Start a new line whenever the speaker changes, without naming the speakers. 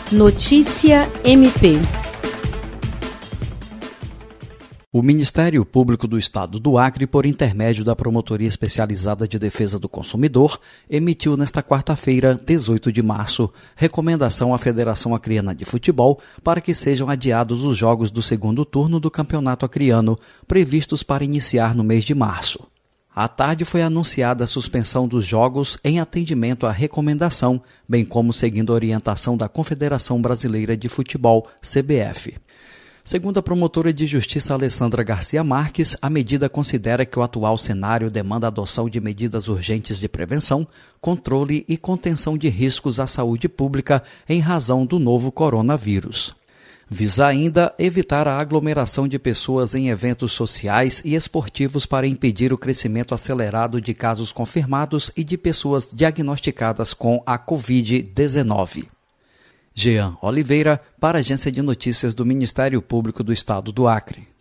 Notícia MP.
O Ministério Público do Estado do Acre, por intermédio da Promotoria Especializada de Defesa do Consumidor, emitiu nesta quarta-feira, 18 de março, recomendação à Federação Acreana de Futebol para que sejam adiados os jogos do segundo turno do Campeonato Acreano, previstos para iniciar no mês de março. À tarde foi anunciada a suspensão dos jogos em atendimento à recomendação, bem como seguindo a orientação da Confederação Brasileira de Futebol, CBF. Segundo a promotora de justiça Alessandra Garcia Marques, a medida considera que o atual cenário demanda a adoção de medidas urgentes de prevenção, controle e contenção de riscos à saúde pública em razão do novo coronavírus. Visa ainda evitar a aglomeração de pessoas em eventos sociais e esportivos para impedir o crescimento acelerado de casos confirmados e de pessoas diagnosticadas com a Covid-19. Jean Oliveira, para a Agência de Notícias do Ministério Público do Estado do Acre.